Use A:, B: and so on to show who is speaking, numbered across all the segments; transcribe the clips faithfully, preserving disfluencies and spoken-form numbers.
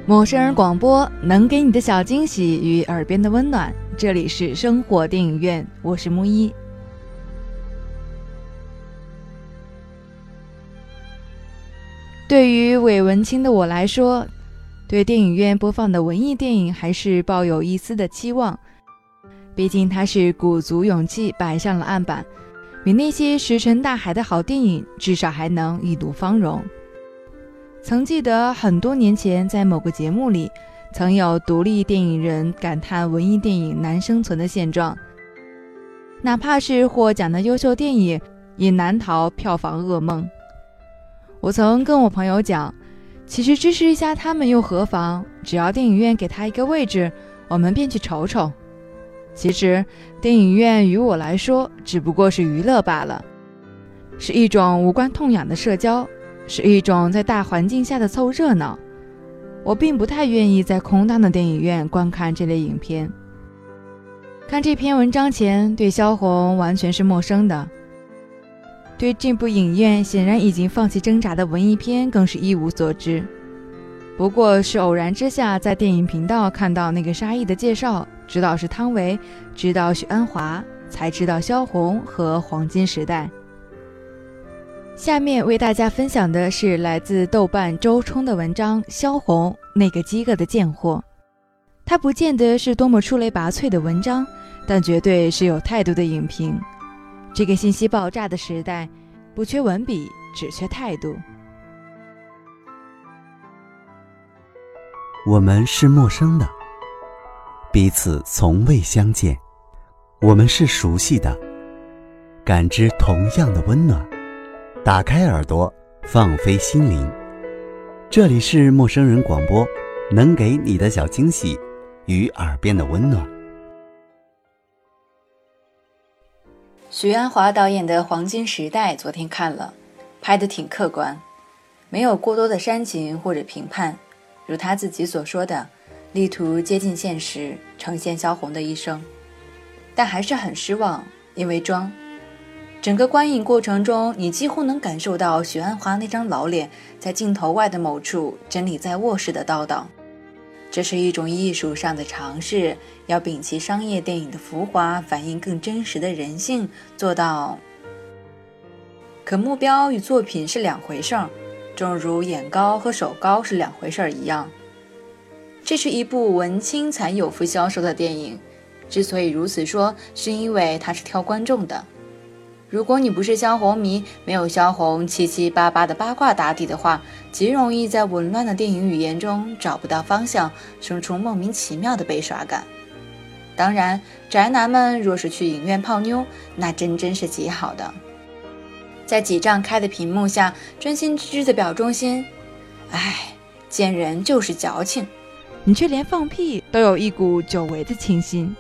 A: 陌生人广播，能给你的小惊喜与耳边的温暖。这里是生活电影院，我是木一。对于伪文青的我来说，对电影院播放的文艺电影还是抱有一丝的期望，毕竟它是鼓足勇气摆上了案板，比那些石沉大海的好电影至少还能一睹芳容。曾记得很多年前在某个节目里，曾有独立电影人感叹文艺电影难生存的现状，哪怕是获奖的优秀电影也难逃票房噩梦。我曾跟我朋友讲，其实支持一下他们又何妨，只要电影院给他一个位置，我们便去瞅瞅。其实电影院于我来说只不过是娱乐罢了，是一种无关痛痒的社交，是一种在大环境下的凑热闹。我并不太愿意在空荡的电影院观看这类影片。看这篇文章前，对萧红完全是陌生的，对这部影院显然已经放弃挣扎的文艺片更是一无所知。不过是偶然之下在电影频道看到那个沙溢的介绍，知道是汤唯，知道许鞍华，才知道萧红和黄金时代。下面为大家分享的是来自豆瓣周冲的文章《萧红那个饥饿的贱货》。它不见得是多么出类拔萃的文章，但绝对是有态度的影评。这个信息爆炸的时代，不缺文笔，只缺态度。
B: 我们是陌生的，彼此从未相见。我们是熟悉的，感知同样的温暖。打开耳朵，放飞心灵。这里是陌生人广播，能给你的小惊喜与耳边的温暖。
A: 许鞍华导演的《黄金时代》昨天看了，拍得挺客观，没有过多的煽情或者评判，如他自己所说的，力图接近现实，呈现萧红的一生。但还是很失望，因为装。整个观影过程中，你几乎能感受到许鞍华那张老脸在镜头外的某处真理在卧室的叨叨。这是一种艺术上的尝试，要摒弃商业电影的浮华，反映更真实的人性，做到。可目标与作品是两回事儿，正如眼高和手高是两回事儿一样。这是一部文青才有福消受的电影，之所以如此说，是因为它是挑观众的。如果你不是萧红迷，没有萧红七七八八的八卦打底的话，极容易在紊乱的电影语言中找不到方向，生出莫名其妙的被耍感。当然，宅男们若是去影院泡妞，那真真是极好的。在几丈开的屏幕下，专心致志的表忠心，唉，贱人就是矫情，你却连放屁都有一股久违的清新。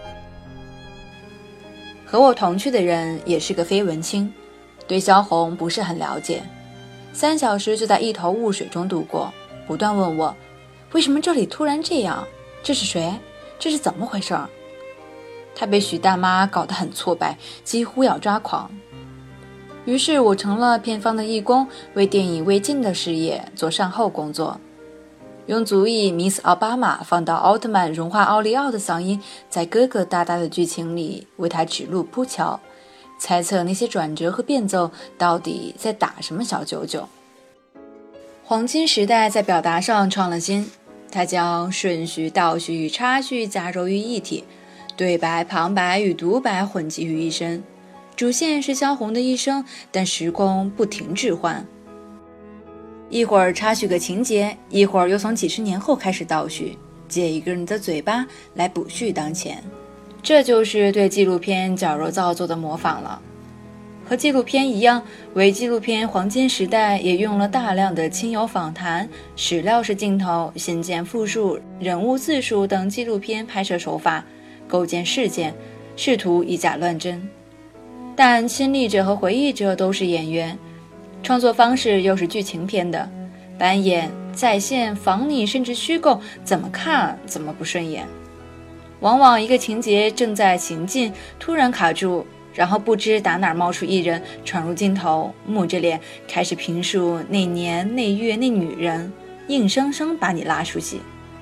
A: 和我同去的人也是个非文青，对萧红不是很了解，三小时就在一头雾水中度过，不断问我为什么这里突然这样，这是谁，这是怎么回事。他被许大妈搞得很挫败，几乎要抓狂。于是我成了片方的义工，为电影未尽的事业做善后工作，用足以 Miss 奥巴马放到奥特曼融化奥利奥的嗓音，在疙疙瘩瘩的剧情里为他指路铺桥，猜测那些转折和变奏到底在打什么小九九。黄金时代在表达上创了新，它将顺序、倒叙与插叙杂糅于一体，对白、旁白与独白混集于一身。主线是萧红的一生，但时空不停置换。一会儿插叙个情节，一会儿又从几十年后开始倒叙，借一个人的嘴巴来补叙当前。这就是对纪录片矫揉造作的模仿了。和纪录片一样，伪纪录片《黄金时代》也用了大量的亲友访谈、史料式镜头、信件复述、人物自述等纪录片拍摄手法，构建事件，试图以假乱真。但亲历者和回忆者都是演员，创作方式又是剧情片的，扮演、再现、仿拟甚至虚构，怎么看怎么不顺眼。往往一个情节正在行进，突然卡住，然后不知打哪冒出一人闯入镜头，木着脸开始评述那年那月那女人，硬生生把你拉出戏。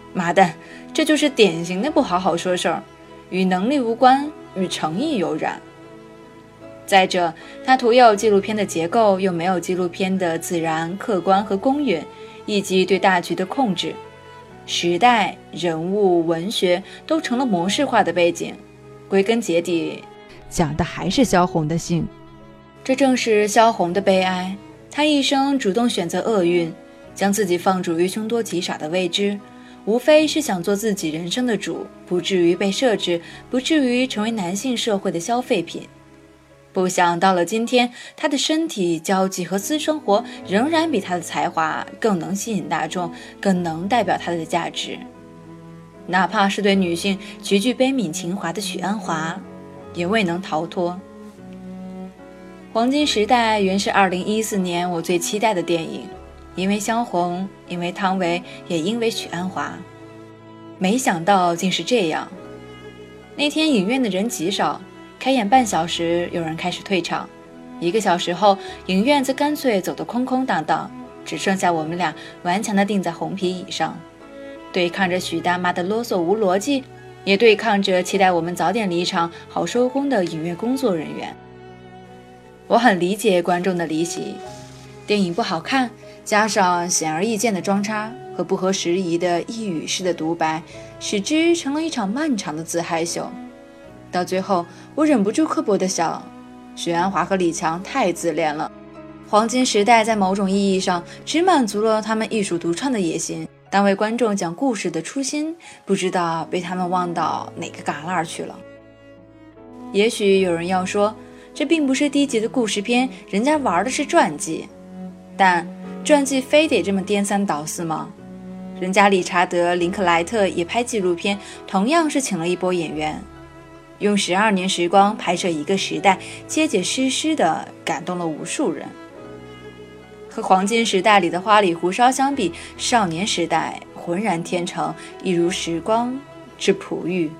A: 妈蛋，这就是典型的不好好说事儿，与能力无关，与诚意有染。再者，他徒有纪录片的结构，又没有纪录片的自然、客观和公允，以及对大局的控制。时代、人物、文学都成了模式化的背景，归根结底，
C: 讲的还是萧红的性。
A: 这正是萧红的悲哀。她一生主动选择厄运，将自己放逐于凶多吉少的未知，无非是想做自己人生的主，不至于被设置，不至于成为男性社会的消费品。不想到了今天，他的身体、交际和私生活仍然比他的才华更能吸引大众，更能代表他的价值。哪怕是对女性极具悲悯情怀的许鞍华，也未能逃脱。黄金时代原是二零一四年我最期待的电影，因为萧红，因为汤唯，也因为许鞍华。没想到竟是这样。那天影院的人极少，开演半小时，有人开始退场。一个小时后，影院则干脆走得空空荡荡，只剩下我们俩顽强地定在红皮椅上，对抗着许大妈的啰嗦无逻辑，也对抗着期待我们早点离场好收工的影院工作人员。我很理解观众的离席，电影不好看，加上显而易见的装叉和不合时宜的一语式的独白，使之成了一场漫长的自嗨秀。到最后，我忍不住刻薄地想，许鞍华和李强太自恋了。黄金时代在某种意义上只满足了他们艺术独创的野心，但为观众讲故事的初心，不知道被他们忘到哪个旮旯去了。也许有人要说，这并不是低级的故事片，人家玩的是传记。但传记非得这么颠三倒四吗？人家理查德·林克莱特也拍纪录片，同样是请了一波演员，用十二年时光拍摄一个时代，结结实实地感动了无数人。和黄金时代里的花里胡哨相比，少年时代浑然天成，一如时光之璞玉。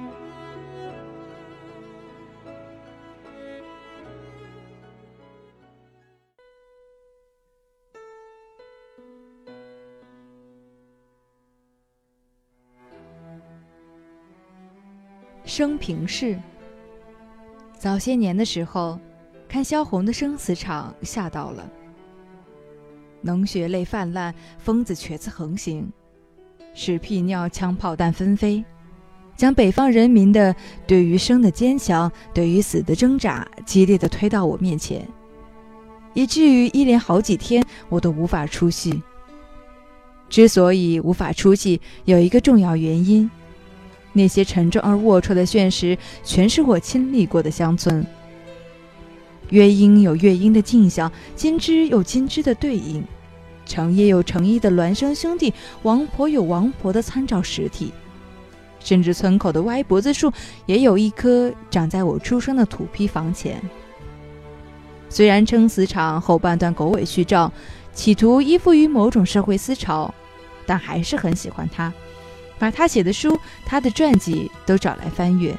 C: 生平事。早些年的时候，看萧红的生死场吓到了。脓血泪泛滥，疯子瘸子横行，屎屁尿枪炮弹纷飞，将北方人民的对于生的坚强，对于死的挣扎激烈地推到我面前，以至于一连好几天我都无法出戏。之所以无法出戏，有一个重要原因，那些沉重而龌龊的现实全是我亲历过的乡村。乐音有乐音的镜像，金枝有金枝的对应，程叶有程叶的孪生兄弟，王婆有王婆的参照实体，甚至村口的歪脖子树也有一棵长在我出生的土坯房前。虽然撑死场后半段狗尾续诮，企图依附于某种社会思潮，但还是很喜欢他，把他写的书、他的传记都找来翻阅。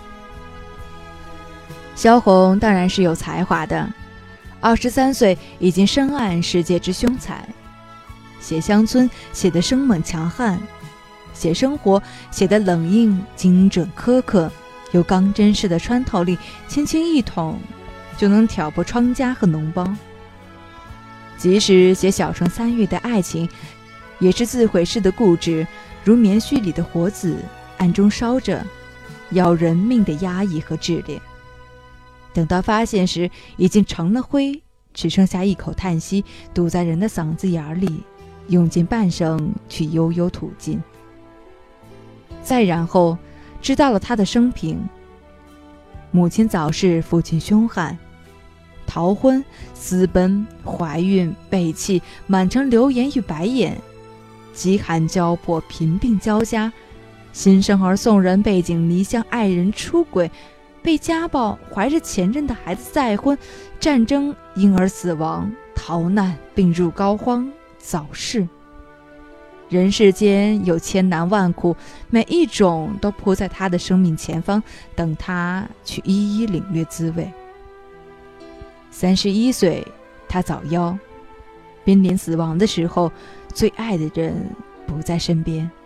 C: 萧红当然是有才华的，二十三岁已经深谙世界之凶残，写乡村写得生猛强悍，写生活写得冷硬精准苛刻，有钢针似的穿透力，轻轻一捅就能挑拨疮痂和脓包。即使写小城三月的爱情，也是自毁式的固执，如棉絮里的火子，暗中烧着，要人命的压抑和炽烈。等到发现时，已经成了灰，只剩下一口叹息，堵在人的嗓子眼里，用尽半生去悠悠吐尽。再然后，知道了他的生平：母亲早逝，父亲凶悍，逃婚、私奔、怀孕、背弃，满城流言与白眼，饥寒交迫，贫病交加，新生儿送人，背井离乡，爱人出轨，被家暴，怀着前任的孩子再婚，战争，婴儿死亡，逃难，病入膏肓，早逝。人世间有千难万苦，每一种都铺在他的生命前方，等他去一一领略滋味。三十一岁，他早夭，濒临死亡的时候，最爱的人不在身边。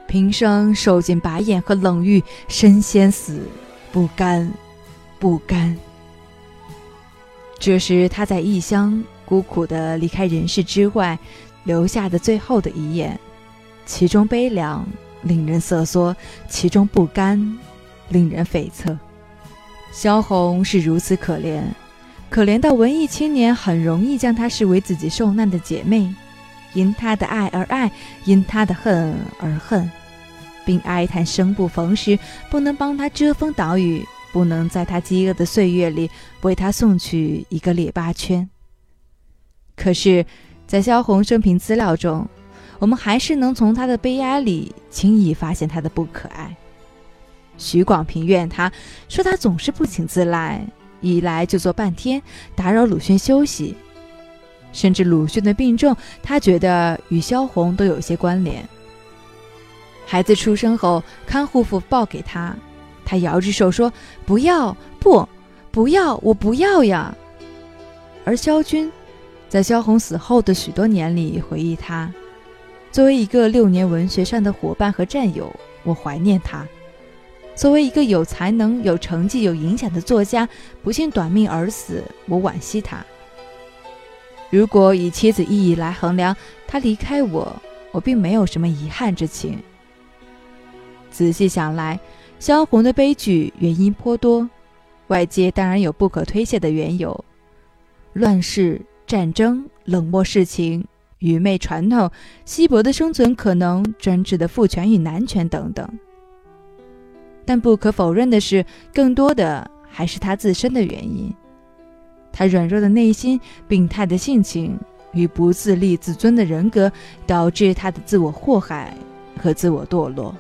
C: 平生受尽白眼和冷遇，身先死，不甘，不甘。这是他在异乡孤苦地离开人世之外留下的最后的遗言，其中悲凉，令人瑟缩，其中不甘，令人悱恻。萧红是如此可怜，可怜到文艺青年很容易将她视为自己受难的姐妹，因她的爱而爱，因她的恨而恨，并哀叹生不逢时，不能帮她遮风挡雨，不能在她饥饿的岁月里为她送去一个列巴圈。可是在萧红生平资料中，我们还是能从她的悲哀里轻易发现她的不可爱。许广平怨她，说她总是不请自来，一来就坐半天，打扰鲁迅休息，甚至鲁迅的病重，他觉得与萧红都有些关联。孩子出生后，看护妇抱给他，他摇着手说：“不要，不，不要，我不要呀。”而萧军在萧红死后的许多年里回忆他，作为一个六年文学上的伙伴和战友，我怀念他；作为一个有才能、有成绩、有影响的作家，不幸短命而死，我惋惜他。如果以妻子意义来衡量，他离开我，我并没有什么遗憾之情。仔细想来，萧红的悲剧原因颇多，外界当然有不可推卸的缘由，乱世、战争、冷漠世情、愚昧传统、稀薄的生存可能、专制的父权与男权等等。但不可否认的是，更多的还是他自身的原因。他软弱的内心、病态的性情与不自立自尊的人格，导致他的自我祸害和自我堕落。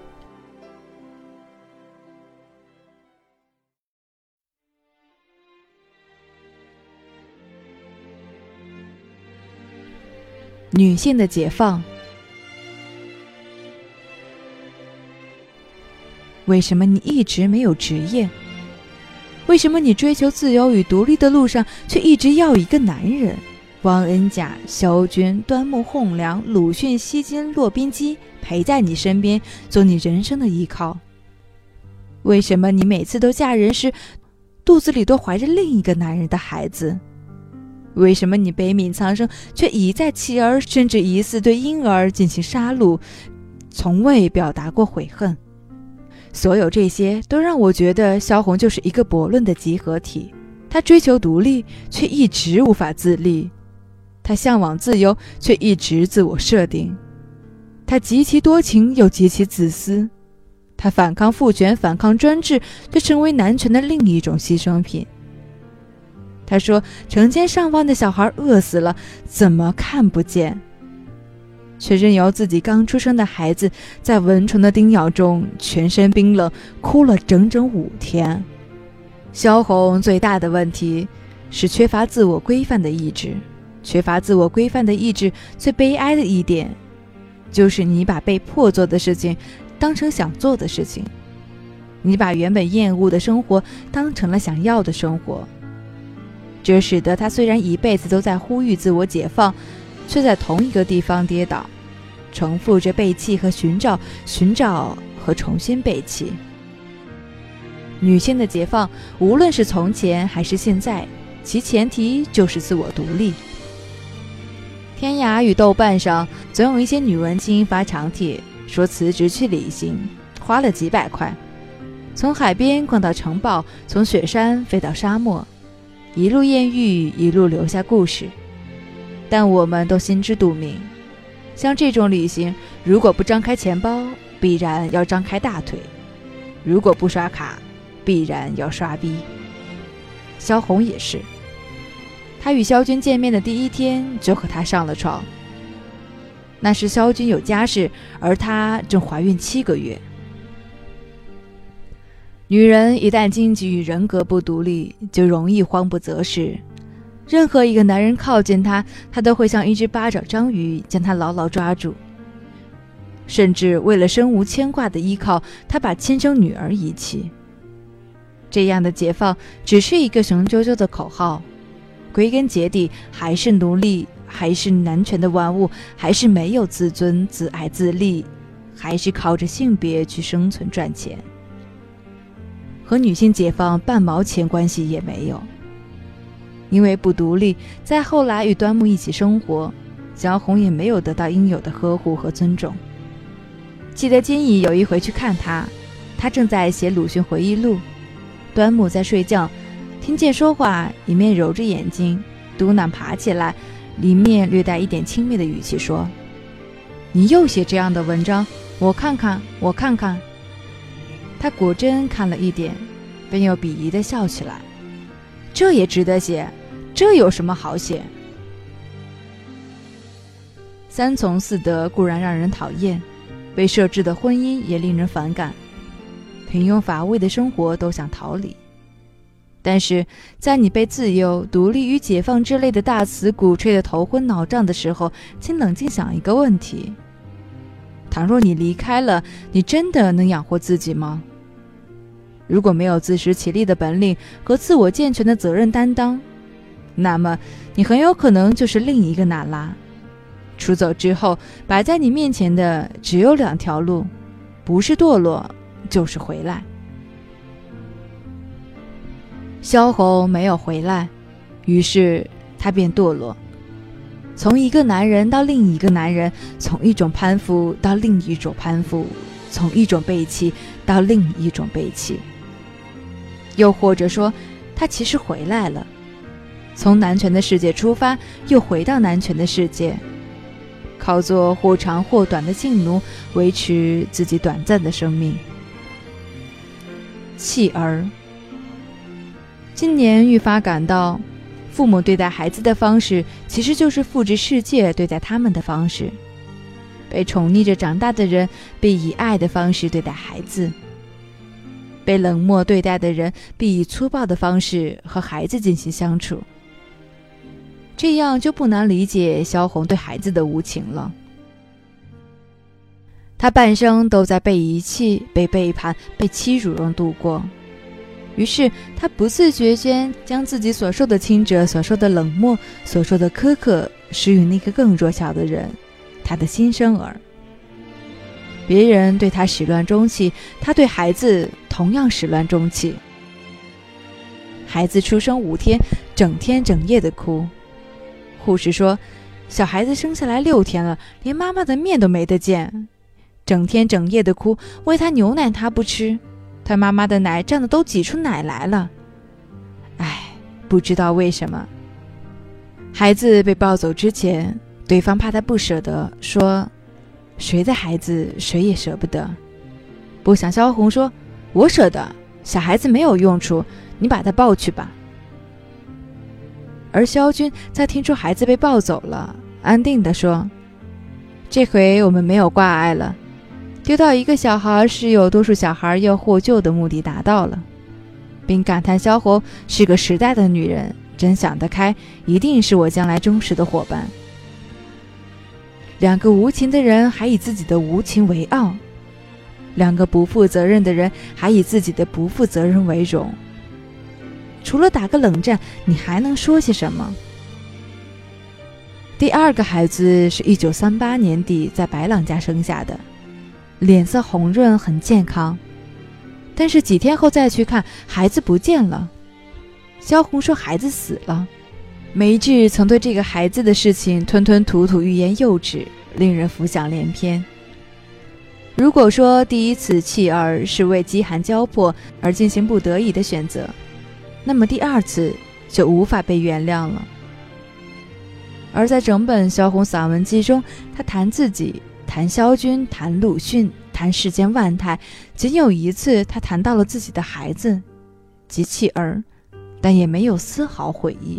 C: 女性的解放。为什么你一直没有职业？为什么你追求自由与独立的路上，却一直要一个男人？汪恩甲、萧军、端木蕻良、鲁迅、西京、骆宾基陪在你身边，做你人生的依靠。为什么你每次都嫁人时，肚子里都怀着另一个男人的孩子？为什么你悲悯苍生，却一再弃儿，甚至疑似对婴儿进行杀戮，从未表达过悔恨？所有这些都让我觉得萧红就是一个悖论的集合体。她追求独立，却一直无法自立；她向往自由，却一直自我设定；她极其多情，又极其自私；她反抗父权，反抗专制，却成为男权的另一种牺牲品。他说成千上万的小孩饿死了，怎么看不见？却任由自己刚出生的孩子在蚊虫的叮咬中全身冰冷，哭了整整五天。萧红最大的问题是缺乏自我规范的意志，缺乏自我规范的意志最悲哀的一点，就是你把被迫做的事情当成想做的事情，你把原本厌恶的生活当成了想要的生活。这使得他虽然一辈子都在呼吁自我解放，却在同一个地方跌倒，重复着背弃和寻找，寻找和重新背弃。女性的解放，无论是从前还是现在，其前提就是自我独立。天涯与豆瓣上总有一些女文青发长帖，说辞职去旅行，花了几百块，从海边逛到城堡，从雪山飞到沙漠，一路艳遇，一路留下故事。但我们都心知肚明，像这种旅行，如果不张开钱包，必然要张开大腿；如果不刷卡，必然要刷逼。萧红也是，她与萧军见面的第一天就和他上了床。那时萧军有家室，而她正怀孕七个月。女人一旦经济与人格不独立，就容易慌不择食。任何一个男人靠近她，她都会像一只八爪章鱼将她牢牢抓住。甚至为了身无牵挂的依靠，她把亲生女儿遗弃。这样的解放只是一个雄赳赳的口号，归根结底还是奴隶，还是男权的玩物，还是没有自尊、自爱、自立， 还是靠着性别去生存赚钱，和女性解放半毛钱关系也没有。因为不独立，在后来与端木一起生活，萧红也没有得到应有的呵护和尊重。记得金怡有一回去看他，他正在写鲁迅回忆录，端木在睡觉，听见说话，一面揉着眼睛嘟囔爬起来，里面略带一点轻蔑的语气说：你又写这样的文章，我看看我看看。他果真看了一点，便又鄙夷地笑起来，这也值得写？这有什么好写？三从四德固然让人讨厌，被设置的婚姻也令人反感，平庸乏味的生活都想逃离。但是在你被自由、独立与解放之类的大词鼓吹得头昏脑胀的时候，请冷静想一个问题：倘若你离开了，你真的能养活自己吗？如果没有自食其力的本领和自我健全的责任担当，那么你很有可能就是另一个娜拉。出走之后，摆在你面前的只有两条路，不是堕落，就是回来。萧红没有回来，于是他便堕落，从一个男人到另一个男人，从一种攀附到另一种攀附，从一种背弃到另一种背弃。又或者说，他其实回来了，从男权的世界出发，又回到男权的世界，靠做或长或短的性奴，维持自己短暂的生命。弃儿，今年愈发感到，父母对待孩子的方式，其实就是复制世界对待他们的方式。被宠溺着长大的人，必以爱的方式对待孩子；被冷漠对待的人，必以粗暴的方式和孩子进行相处。这样就不难理解萧红对孩子的无情了。他半生都在被遗弃、被背叛、被欺辱中度过，于是他不自觉间将自己所受的轻者、所受的冷漠、所受的苛刻施予那个更弱小的人，他的新生儿。别人对他始乱终弃，他对孩子同样始乱终弃。孩子出生五天，整天整夜的哭。护士说，小孩子生下来六天了，连妈妈的面都没得见，整天整夜的哭，喂他牛奶他不吃，他妈妈的奶胀得都挤出奶来了。唉，不知道为什么。孩子被抱走之前，对方怕他不舍得，说谁的孩子谁也舍不得。不想萧红说，我舍得，小孩子没有用处，你把他抱去吧。而萧军在听出孩子被抱走了，安定地说，这回我们没有挂碍了，丢到一个小孩是有多数小孩要获救的目的达到了，并感叹萧红是个时代的女人，真想得开，一定是我将来忠实的伙伴。两个无情的人还以自己的无情为傲，两个不负责任的人还以自己的不负责任为荣。除了打个冷战，你还能说些什么？第二个孩子是一九三八年底在白朗家生下的，脸色红润，很健康。但是几天后再去看，孩子不见了。萧红说孩子死了。梅志曾对这个孩子的事情吞吞吐吐，欲言又止，令人浮想联翩。如果说第一次弃儿是为饥寒交迫而进行不得已的选择，那么第二次就无法被原谅了。而在整本萧红散文集中，他谈自己，谈萧军，谈鲁迅，谈世间万态，仅有一次他谈到了自己的孩子，即弃儿，但也没有丝毫悔意。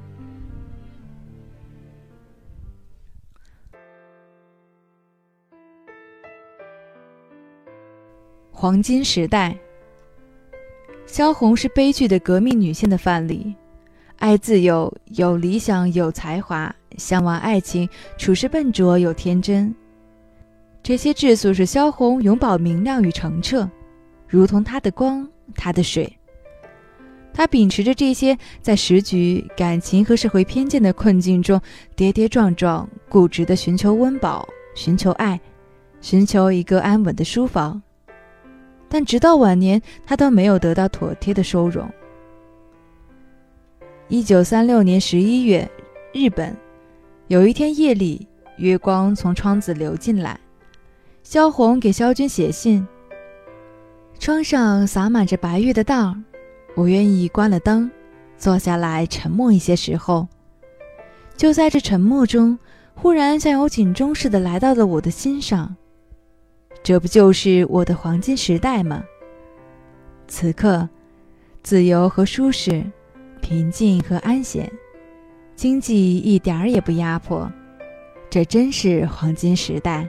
C: 黄金时代，萧红是悲剧的革命女性的范例，爱自由，有理想，有才华，向往爱情，处事笨拙又天真。这些质素使萧红永葆明亮与澄澈，如同她的光，她的水。她秉持着这些，在时局、感情和社会偏见的困境中跌跌撞撞，固执地寻求温饱，寻求爱， 寻求一个安稳的书房，但直到晚年，他都没有得到妥帖的收容。一九三六年十一月，日本有一天夜里，月光从窗子流进来，萧红给萧军写信，窗上洒满着白月的荡，我愿意关了灯，坐下来沉默一些时候。就在这沉默中，忽然像有警钟似的来到了我的心上，这不就是我的黄金时代吗？此刻，自由和舒适，平静和安闲，经济一点儿也不压迫，这真是黄金时代。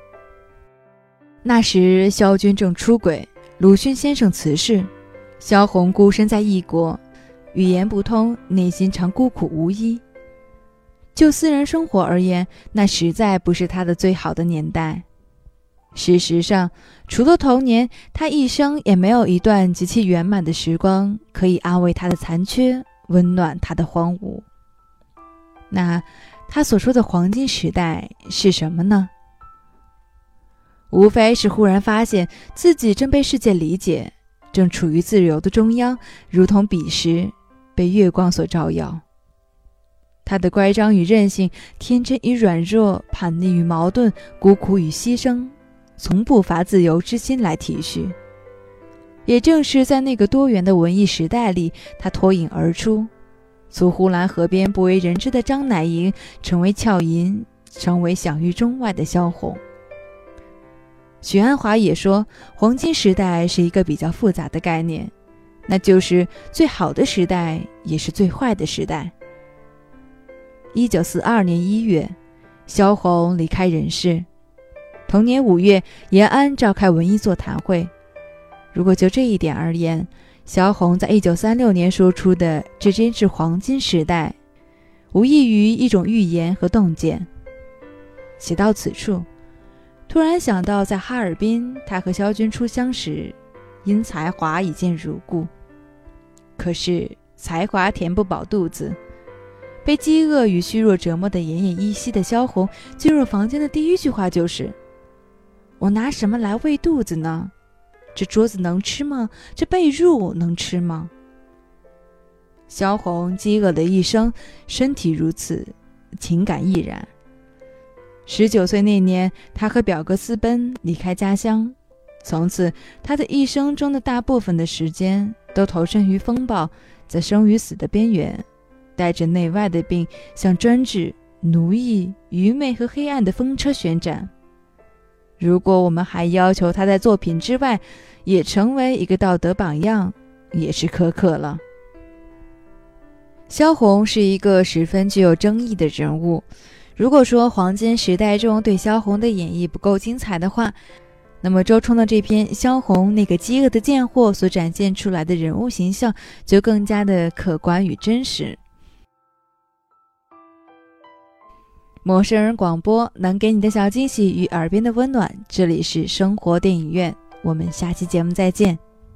C: 那时萧军正出轨，鲁迅先生辞世，萧红孤身在异国，语言不通，内心常孤苦无依。就私人生活而言，那实在不是他的最好的年代。事实上，除了童年，他一生也没有一段极其圆满的时光可以安慰他的残缺，温暖他的荒芜。那他所说的黄金时代是什么呢？无非是忽然发现自己正被世界理解，正处于自由的中央，如同彼时被月光所照耀。他的乖张与任性，天真与软弱，叛逆与矛盾，孤苦与牺牲，从不乏自由之心来体恤。也正是在那个多元的文艺时代里，他脱颖而出，从呼兰河边不为人知的张乃莹，成为俏银，成为享誉中外的萧红。许鞍华也说，黄金时代是一个比较复杂的概念，那就是最好的时代，也是最坏的时代。一九四二年一月，萧红离开人世。同年五月，延安召开文艺座谈会。如果就这一点而言，萧红在一九三六年说出的“这真是黄金时代”，无异于一种预言和洞见。写到此处，突然想到在哈尔滨，他和萧军初相识，因才华已见如故。可是才华填不饱肚子，被饥饿与虚弱折磨得奄奄一息的萧红，进入房间的第一句话就是：“我拿什么来喂肚子呢？这桌子能吃吗？这被褥能吃吗？”萧红饥饿了一生，身体如此，情感亦然。十九岁那年，他和表哥私奔，离开家乡。从此，他的一生中的大部分的时间都投身于风暴，在生与死的边缘，带着内外的病，向专制、奴役、愚昧和黑暗的风车旋转。如果我们还要求他在作品之外也成为一个道德榜样，也是苛刻了。萧红是一个十分具有争议的人物。如果说黄金时代中对萧红的演绎不够精彩的话，那么周冲的这篇《萧红那个饥饿的贱货》所展现出来的人物形象就更加的客观与真实。陌生人广播能给你的小惊喜与耳边的温暖，这里是生活电影院，我们下期节目再见。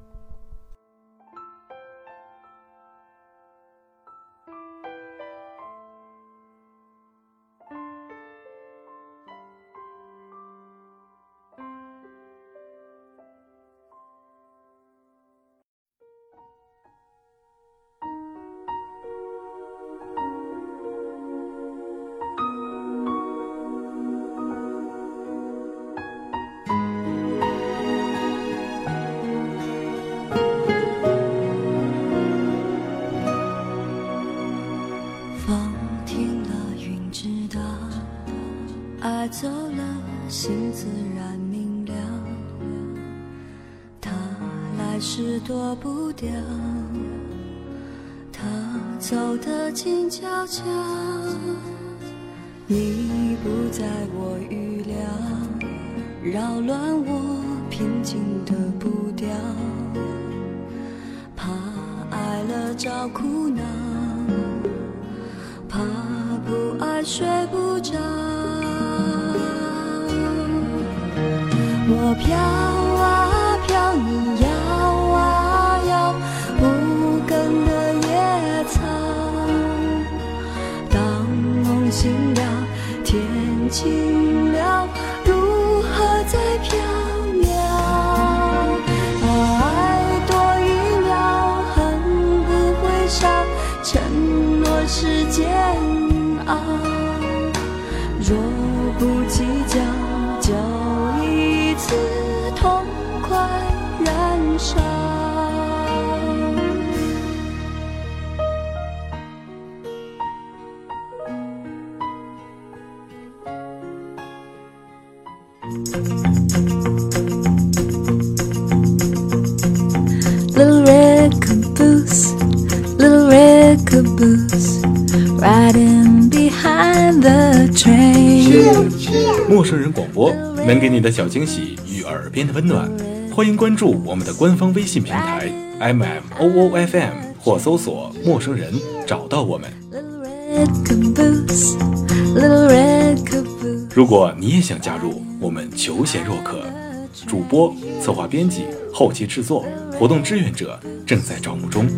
D: 爱走了，心自然明了，他来时躲不掉，他走得静悄悄，你不在我预料，扰乱我平静的步调，怕爱了找苦恼，怕不爱睡不着，我飘啊飘，你摇啊摇，不根的野草，当梦醒了，天晴了，如何煎熬。若不计较，就一次痛快燃烧。Little red caboose, little red caboose, riding behind the train.
E: 陌生人广播能给你的小惊喜与耳边的温暖，欢迎关注我们的官方微信平台 M M O O F M 或搜索陌生人找到我们。如果你也想加入，我们求贤若渴，主播、策划编辑、后期制作、活动志愿者正在招募中。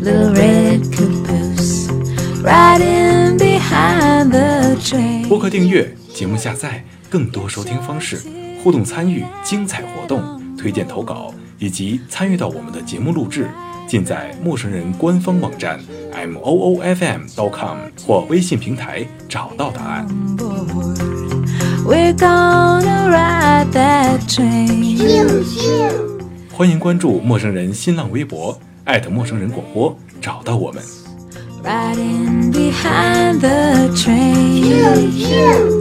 E: 播客订阅、节目下载、更多收听方式、互动参与、精彩活动、推荐投稿以及参与到我们的节目录制，尽在陌生人官方网站 M O O F M dot com 或微信平台找到答案。
D: We're gonna ride that train.
E: 欢迎关注陌生人新浪微博，艾特陌生人广播，找到我们。
D: Riding behind the train.